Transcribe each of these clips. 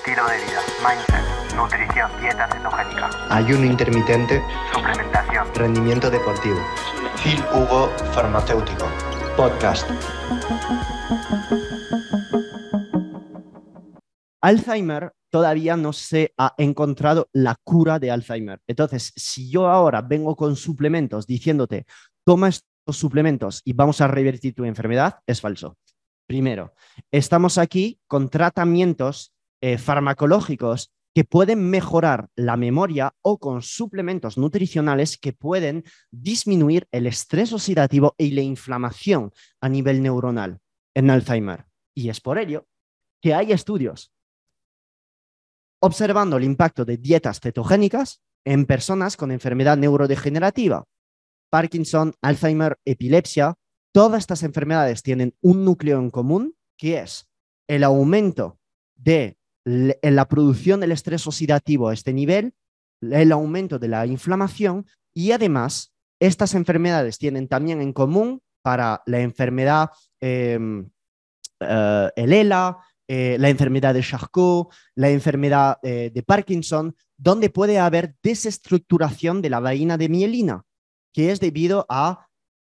estilo de vida, mindset, nutrición, dieta cetogénica, ayuno intermitente, suplementación, rendimiento deportivo. Phil Hugo Farmacéutico, podcast. Alzheimer todavía no se ha encontrado la cura de Alzheimer. Entonces, si yo ahora vengo con suplementos diciéndote, toma estos suplementos y vamos a revertir tu enfermedad, es falso. Primero, estamos aquí con tratamientos farmacológicos que pueden mejorar la memoria o con suplementos nutricionales que pueden disminuir el estrés oxidativo y la inflamación a nivel neuronal en Alzheimer. Y es por ello que hay estudios observando el impacto de dietas cetogénicas en personas con enfermedad neurodegenerativa, Parkinson, Alzheimer, epilepsia. Todas estas enfermedades tienen un núcleo en común, que es el aumento de la producción del estrés oxidativo a este nivel, el aumento de la inflamación, y además estas enfermedades tienen también en común para la enfermedad el ELA, la enfermedad de Charcot, la enfermedad de Parkinson, donde puede haber desestructuración de la vaina de mielina, que es debido a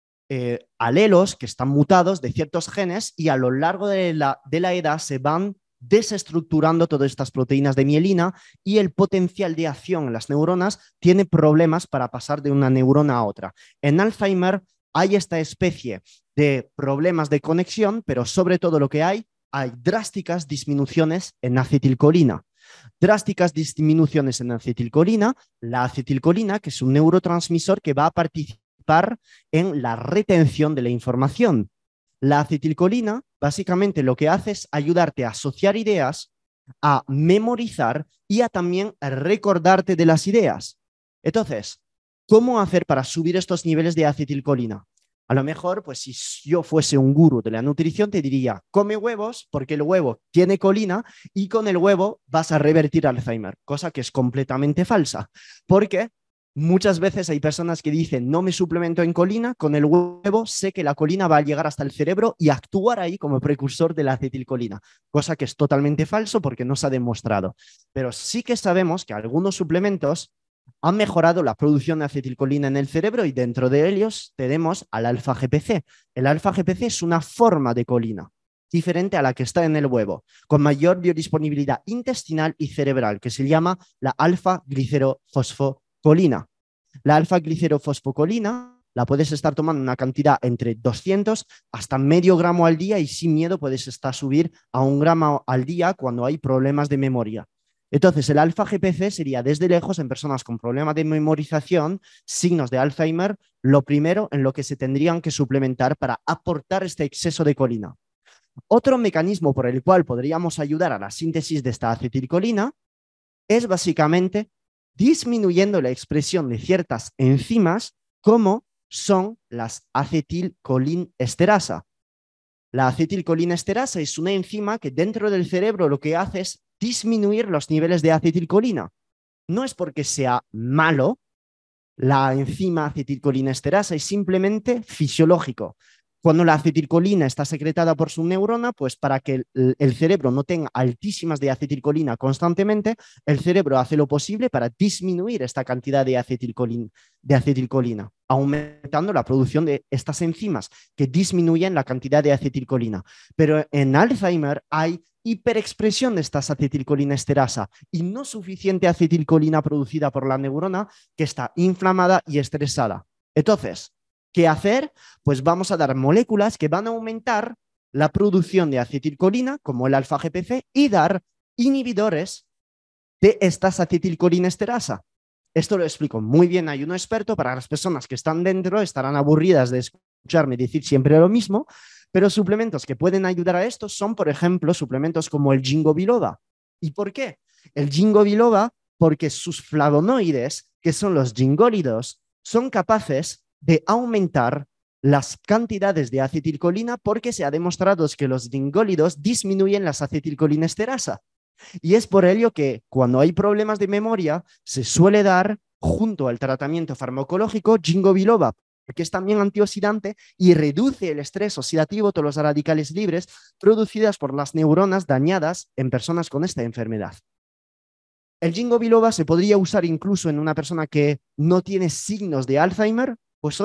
alelos que están mutados de ciertos genes y a lo largo de la edad se van desestructurando todas estas proteínas de mielina y el potencial de acción en las neuronas tiene problemas para pasar de una neurona a otra. En Alzheimer hay esta especie de problemas de conexión, pero sobre todo lo que hay drásticas disminuciones en acetilcolina. Drásticas disminuciones en acetilcolina, la acetilcolina, que es un neurotransmisor que va a participar en la retención de la información. La acetilcolina básicamente lo que hace es ayudarte a asociar ideas, a memorizar y a también recordarte de las ideas. Entonces, ¿cómo hacer para subir estos niveles de acetilcolina? A lo mejor, pues si yo fuese un gurú de la nutrición, te diría, come huevos porque el huevo tiene colina y con el huevo vas a revertir Alzheimer, cosa que es completamente falsa, porque muchas veces hay personas que dicen, no me suplemento en colina, con el huevo sé que la colina va a llegar hasta el cerebro y actuar ahí como precursor de la acetilcolina, cosa que es totalmente falso porque no se ha demostrado. Pero sí que sabemos que algunos suplementos han mejorado la producción de acetilcolina en el cerebro y dentro de ellos tenemos al alfa-GPC. El alfa-GPC es una forma de colina diferente a la que está en el huevo, con mayor biodisponibilidad intestinal y cerebral, que se llama la alfa-glicerofosfocolina. La alfa-glicerofosfocolina la puedes estar tomando una cantidad entre 200 hasta medio gramo al día y sin miedo puedes estar subir a 1 gramo al día cuando hay problemas de memoria. Entonces, el alfa-GPC sería desde lejos en personas con problemas de memorización, signos de Alzheimer, lo primero en lo que se tendrían que suplementar para aportar este exceso de colina. Otro mecanismo por el cual podríamos ayudar a la síntesis de esta acetilcolina es básicamente disminuyendo la expresión de ciertas enzimas como son las acetilcolinesterasa. La acetilcolinesterasa es una enzima que dentro del cerebro lo que hace es disminuir los niveles de acetilcolina. No es porque sea malo la enzima acetilcolinesterasa, es simplemente fisiológico. Cuando la acetilcolina está secretada por su neurona, pues para que el cerebro no tenga altísimas de acetilcolina constantemente, el cerebro hace lo posible para disminuir esta cantidad de acetilcolina, aumentando la producción de estas enzimas que disminuyen la cantidad de acetilcolina. Pero en Alzheimer hay hiperexpresión de estas acetilcolinesterasa y no suficiente acetilcolina producida por la neurona que está inflamada y estresada. Entonces, ¿qué hacer? Pues vamos a dar moléculas que van a aumentar la producción de acetilcolina, como el alfa-GPC, y dar inhibidores de estas acetilcolinesterasa. Esto lo explico muy bien, hay un experto. Para las personas que están dentro estarán aburridas de escucharme decir siempre lo mismo, pero suplementos que pueden ayudar a esto son, por ejemplo, suplementos como el ginkgo biloba. ¿Y por qué? El ginkgo biloba, porque sus flavonoides, que son los gingólidos, son capaces de aumentar las cantidades de acetilcolina porque se ha demostrado que los gingólidos disminuyen las acetilcolinesterasa. Y es por ello que cuando hay problemas de memoria se suele dar junto al tratamiento farmacológico ginkgo biloba, porque es también antioxidante y reduce el estrés oxidativo, todos los radicales libres producidas por las neuronas dañadas en personas con esta enfermedad. ¿El ginkgo biloba se podría usar incluso en una persona que no tiene signos de Alzheimer? Pues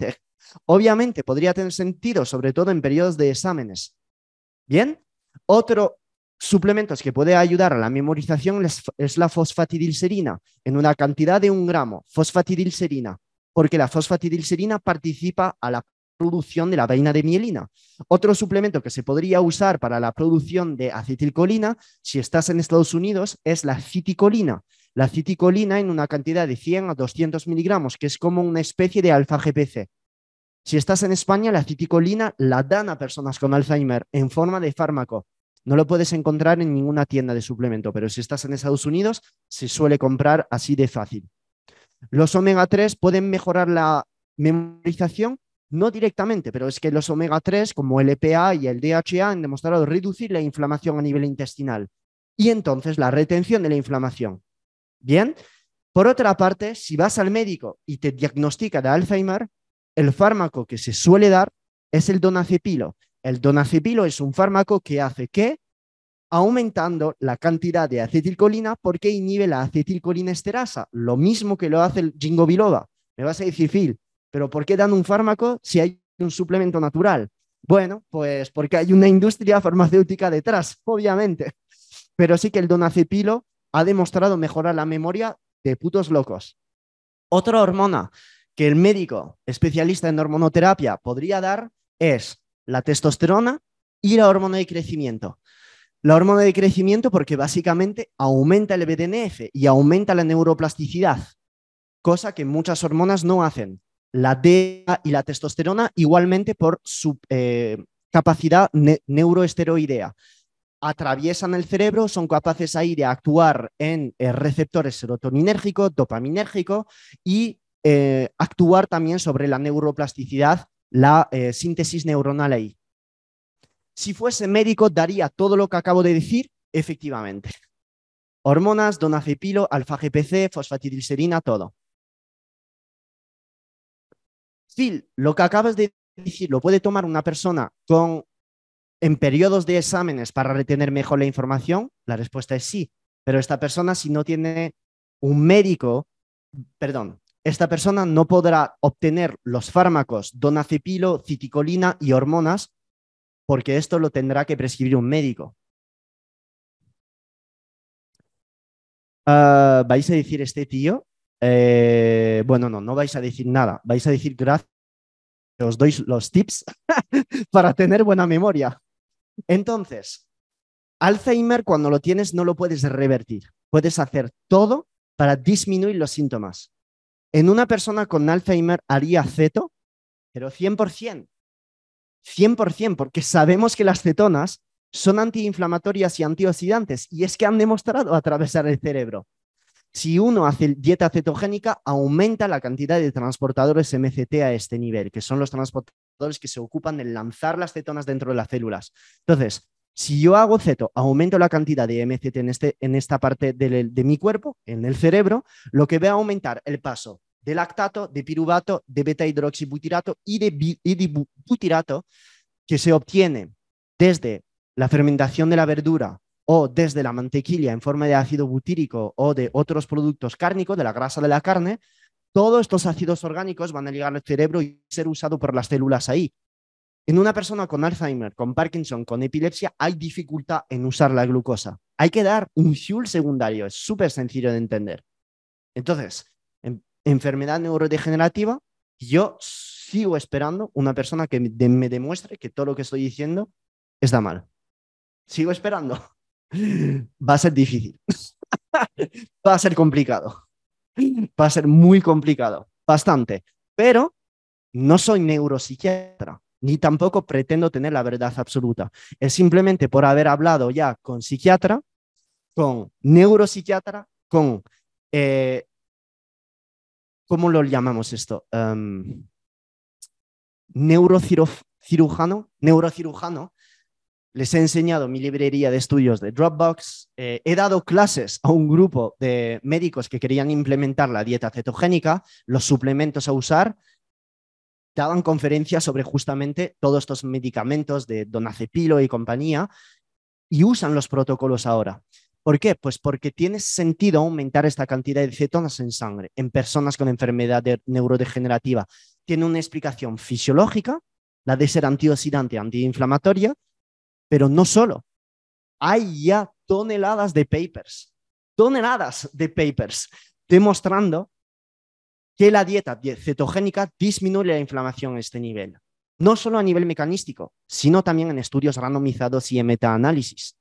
obviamente podría tener sentido, sobre todo en periodos de exámenes. Bien, otro suplemento que puede ayudar a la memorización es la fosfatidilserina, en una cantidad de 1 gramo, fosfatidilserina, porque la fosfatidilserina participa a la producción de la vaina de mielina. Otro suplemento que se podría usar para la producción de acetilcolina, si estás en Estados Unidos, es la citicolina. La citicolina en una cantidad de 100 a 200 miligramos, que es como una especie de alfa-GPC. Si estás en España, la citicolina la dan a personas con Alzheimer en forma de fármaco. No lo puedes encontrar en ninguna tienda de suplemento, pero si estás en Estados Unidos, se suele comprar así de fácil. Los omega 3 pueden mejorar la memorización, no directamente, pero es que los omega 3, como el EPA y el DHA, han demostrado reducir la inflamación a nivel intestinal y entonces la retención de la inflamación. Bien, por otra parte, si vas al médico y te diagnostica de Alzheimer, el fármaco que se suele dar es el donazepilo. El donazepilo es un fármaco que hace que, aumentando la cantidad de acetilcolina, porque inhibe la acetilcolinesterasa, lo mismo que lo hace el ginkgo biloba. Me vas a decir, Phil, ¿pero por qué dan un fármaco si hay un suplemento natural? Bueno, pues porque hay una industria farmacéutica detrás, obviamente. Pero sí que el donazepilo ha demostrado mejorar la memoria de putos locos. Otra hormona que el médico especialista en hormonoterapia podría dar es la testosterona y la hormona de crecimiento. La hormona de crecimiento porque básicamente aumenta el BDNF y aumenta la neuroplasticidad, cosa que muchas hormonas no hacen. La DHA y la testosterona igualmente por su capacidad neuroesteroidea. Atraviesan el cerebro, son capaces ahí de actuar en receptores serotoninérgicos, dopaminérgicos y actuar también sobre la neuroplasticidad, la síntesis neuronal ahí. Si fuese médico, daría todo lo que acabo de decir, efectivamente. Hormonas, donazepilo, alfa-GPC, fosfatidilserina, todo. Phil, lo que acabas de decir, ¿lo puede tomar una persona en periodos de exámenes para retener mejor la información? La respuesta es sí, pero esta persona si no tiene un médico, perdón, esta persona no podrá obtener los fármacos donazepilo, citicolina y hormonas porque esto lo tendrá que prescribir un médico. ¿Vais a decir este tío? Bueno, no vais a decir nada, vais a decir gracias, os doy los tips para tener buena memoria. Entonces, Alzheimer cuando lo tienes no lo puedes revertir. Puedes hacer todo para disminuir los síntomas. En una persona con Alzheimer haría ceto, pero 100%. 100%, porque sabemos que las cetonas son antiinflamatorias y antioxidantes y es que han demostrado atravesar el cerebro. Si uno hace dieta cetogénica, aumenta la cantidad de transportadores MCT a este nivel, que son los transportadores que se ocupan de lanzar las cetonas dentro de las células. Entonces, si yo hago ceto, aumento la cantidad de MCT en esta parte de mi cuerpo, en el cerebro, lo que va a aumentar el paso de lactato, de piruvato, de beta-hidroxibutirato y de butirato que se obtiene desde la fermentación de la verdura o desde la mantequilla en forma de ácido butírico o de otros productos cárnicos, de la grasa de la carne. Todos estos ácidos orgánicos van a llegar al cerebro y ser usados por las células ahí. En una persona con Alzheimer, con Parkinson, con epilepsia, hay dificultad en usar la glucosa. Hay que dar un fuel secundario, es súper sencillo de entender. Entonces, enfermedad neurodegenerativa, yo sigo esperando una persona que me demuestre que todo lo que estoy diciendo está mal. Sigo esperando. Va a ser difícil. Va a ser complicado. Va a ser muy complicado. Bastante. Pero no soy neuropsiquiatra, ni tampoco pretendo tener la verdad absoluta. Es simplemente por haber hablado ya con psiquiatra, con neuropsiquiatra, con... ¿cómo lo llamamos esto? Neurocirujano. Les he enseñado mi librería de estudios de Dropbox. He dado clases a un grupo de médicos que querían implementar la dieta cetogénica, los suplementos a usar. Daban conferencias sobre justamente todos estos medicamentos de donazepilo y compañía y usan los protocolos ahora. ¿Por qué? Pues porque tiene sentido aumentar esta cantidad de cetonas en sangre en personas con enfermedad neurodegenerativa. Tiene una explicación fisiológica, la de ser antioxidante, antiinflamatoria, pero no solo. Hay ya toneladas de papers demostrando que la dieta cetogénica disminuye la inflamación a este nivel. No solo a nivel mecanístico, sino también en estudios randomizados y en metaanálisis.